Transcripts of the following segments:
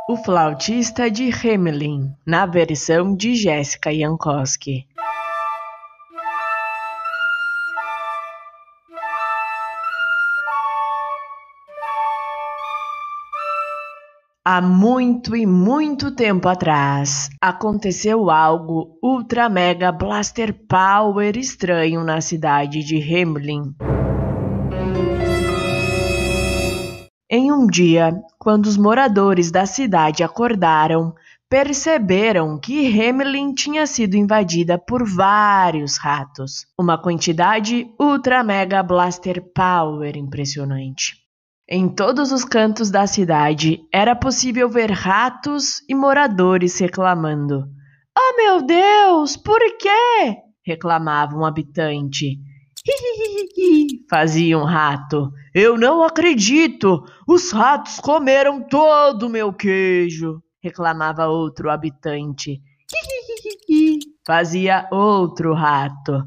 O Flautista de Hamelin, na versão de Jessica Jankowski. Há muito e muito tempo atrás, aconteceu algo ultra mega blaster power estranho na cidade de Hamelin. Em um dia, quando os moradores da cidade acordaram, perceberam que Hamelin tinha sido invadida por vários ratos. Uma quantidade ultra mega blaster power impressionante. Em todos os cantos da cidade, era possível ver ratos e moradores reclamando. "Oh, meu Deus, por quê?" reclamava um habitante. Fazia um rato. "Eu não acredito! Os ratos comeram todo o meu queijo!" reclamava outro habitante. Fazia outro rato.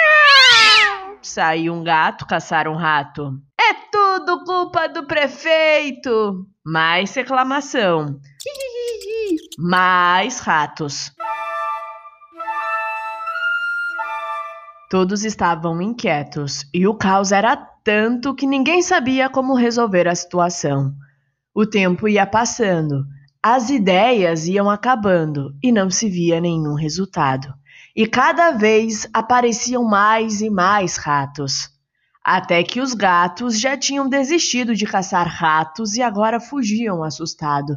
Saiu um gato caçar um rato. "É tudo culpa do prefeito!" Mais reclamação. Mais ratos. Todos estavam inquietos e o caos era tanto que ninguém sabia como resolver a situação. O tempo ia passando, as ideias iam acabando e não se via nenhum resultado. E cada vez apareciam mais e mais ratos. Até que os gatos já tinham desistido de caçar ratos e agora fugiam assustados.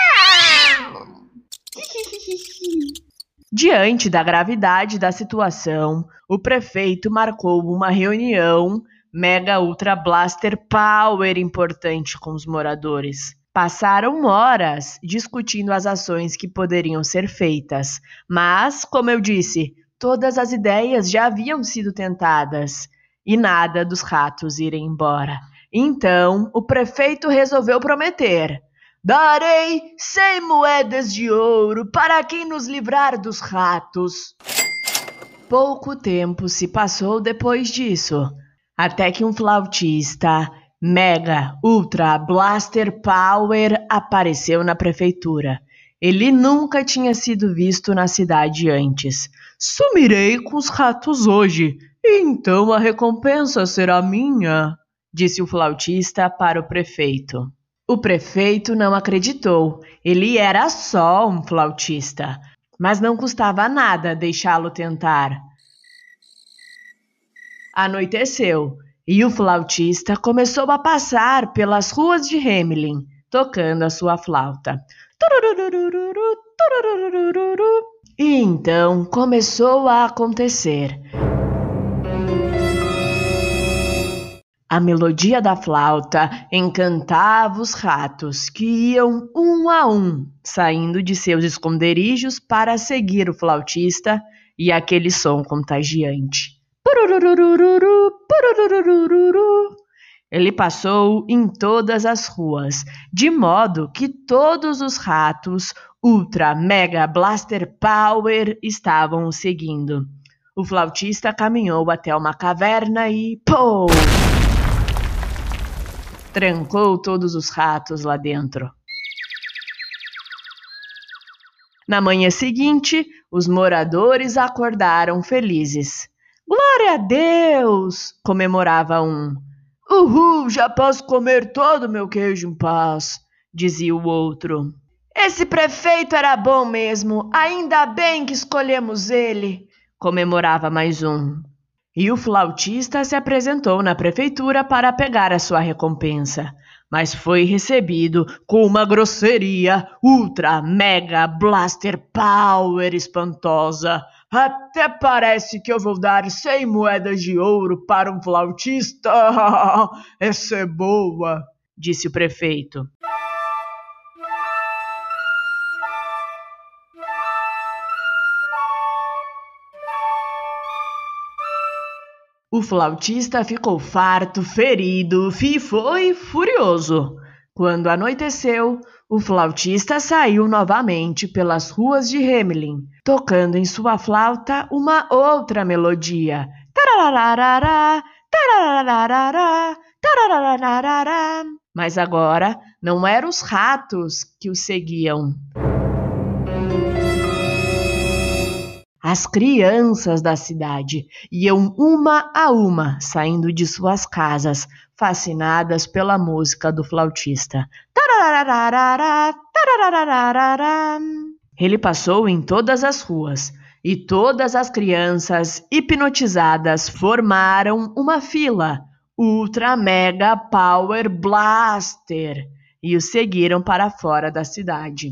Diante da gravidade da situação, o prefeito marcou uma reunião mega ultra blaster power importante com os moradores. Passaram horas discutindo as ações que poderiam ser feitas, mas, como eu disse, todas as ideias já haviam sido tentadas e nada dos ratos irem embora. Então, o prefeito resolveu prometer: "Darei 100 moedas de ouro para quem nos livrar dos ratos." Pouco tempo se passou depois disso, até que um flautista mega ultra blaster power apareceu na prefeitura. Ele nunca tinha sido visto na cidade antes. "Sumirei com os ratos hoje, e então a recompensa será minha", disse o flautista para o prefeito. O prefeito não acreditou. Ele era só um flautista, mas não custava nada deixá-lo tentar. Anoiteceu e o flautista começou a passar pelas ruas de Hamelin, tocando a sua flauta. E então começou a acontecer. A melodia da flauta encantava os ratos, que iam um a um, saindo de seus esconderijos para seguir o flautista e aquele som contagiante. Ele passou em todas as ruas, de modo que todos os ratos ultra mega blaster power estavam o seguindo. O flautista caminhou até uma caverna e pô! Trancou todos os ratos lá dentro. Na manhã seguinte, os moradores acordaram felizes. "Glória a Deus!" comemorava um. "Uhul, já posso comer todo o meu queijo em paz", dizia o outro. "Esse prefeito era bom mesmo, ainda bem que escolhemos ele", comemorava mais um. E o flautista se apresentou na prefeitura para pegar a sua recompensa, mas foi recebido com uma grosseria ultra mega blaster power espantosa. "Até parece que eu vou dar 100 moedas de ouro para um flautista. Essa é boa", disse o prefeito. O flautista ficou farto, ferido e foi furioso. Quando anoiteceu, o flautista saiu novamente pelas ruas de Hamelin, tocando em sua flauta uma outra melodia. Tarararará, tarararará, Tararararará. Mas agora não eram os ratos que o seguiam. As crianças da cidade iam uma a uma saindo de suas casas, fascinadas pela música do flautista. Tararararará, tararararará. Ele passou em todas as ruas e todas as crianças hipnotizadas formaram uma fila, Ultra Mega Power Blaster, e o seguiram para fora da cidade.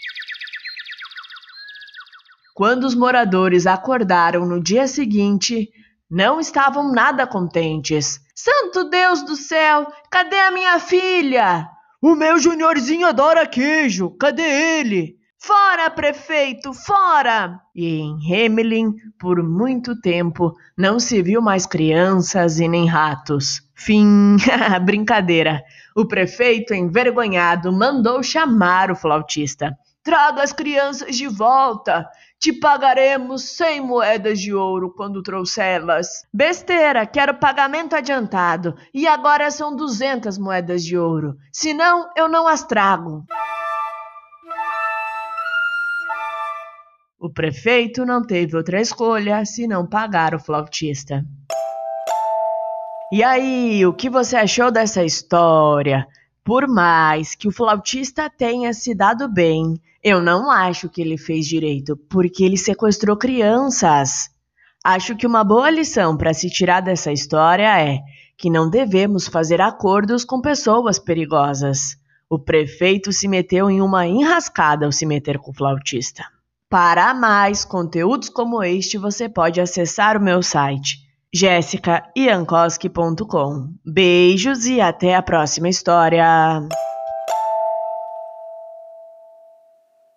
Quando os moradores acordaram no dia seguinte, não estavam nada contentes. Santo Deus do céu, cadê a minha filha? O meu juniorzinho adora queijo, cadê ele? Fora, prefeito, fora! E em Hamelin, por muito tempo, não se viu mais crianças e nem ratos. Fim. Brincadeira. O prefeito, envergonhado, mandou chamar o flautista. Traga as crianças de volta. Te pagaremos 100 moedas de ouro quando trouxê-las. Besteira, quero pagamento adiantado. E agora são 200 moedas de ouro. Senão, eu não as trago. O prefeito não teve outra escolha senão pagar o flautista. E aí, o que você achou dessa história? Por mais que o flautista tenha se dado bem, eu não acho que ele fez direito, porque ele sequestrou crianças. Acho que uma boa lição para se tirar dessa história é que não devemos fazer acordos com pessoas perigosas. O prefeito se meteu em uma enrascada ao se meter com o flautista. Para mais conteúdos como este, você pode acessar o meu site jessicaiankoski.com. Beijos e até a próxima história!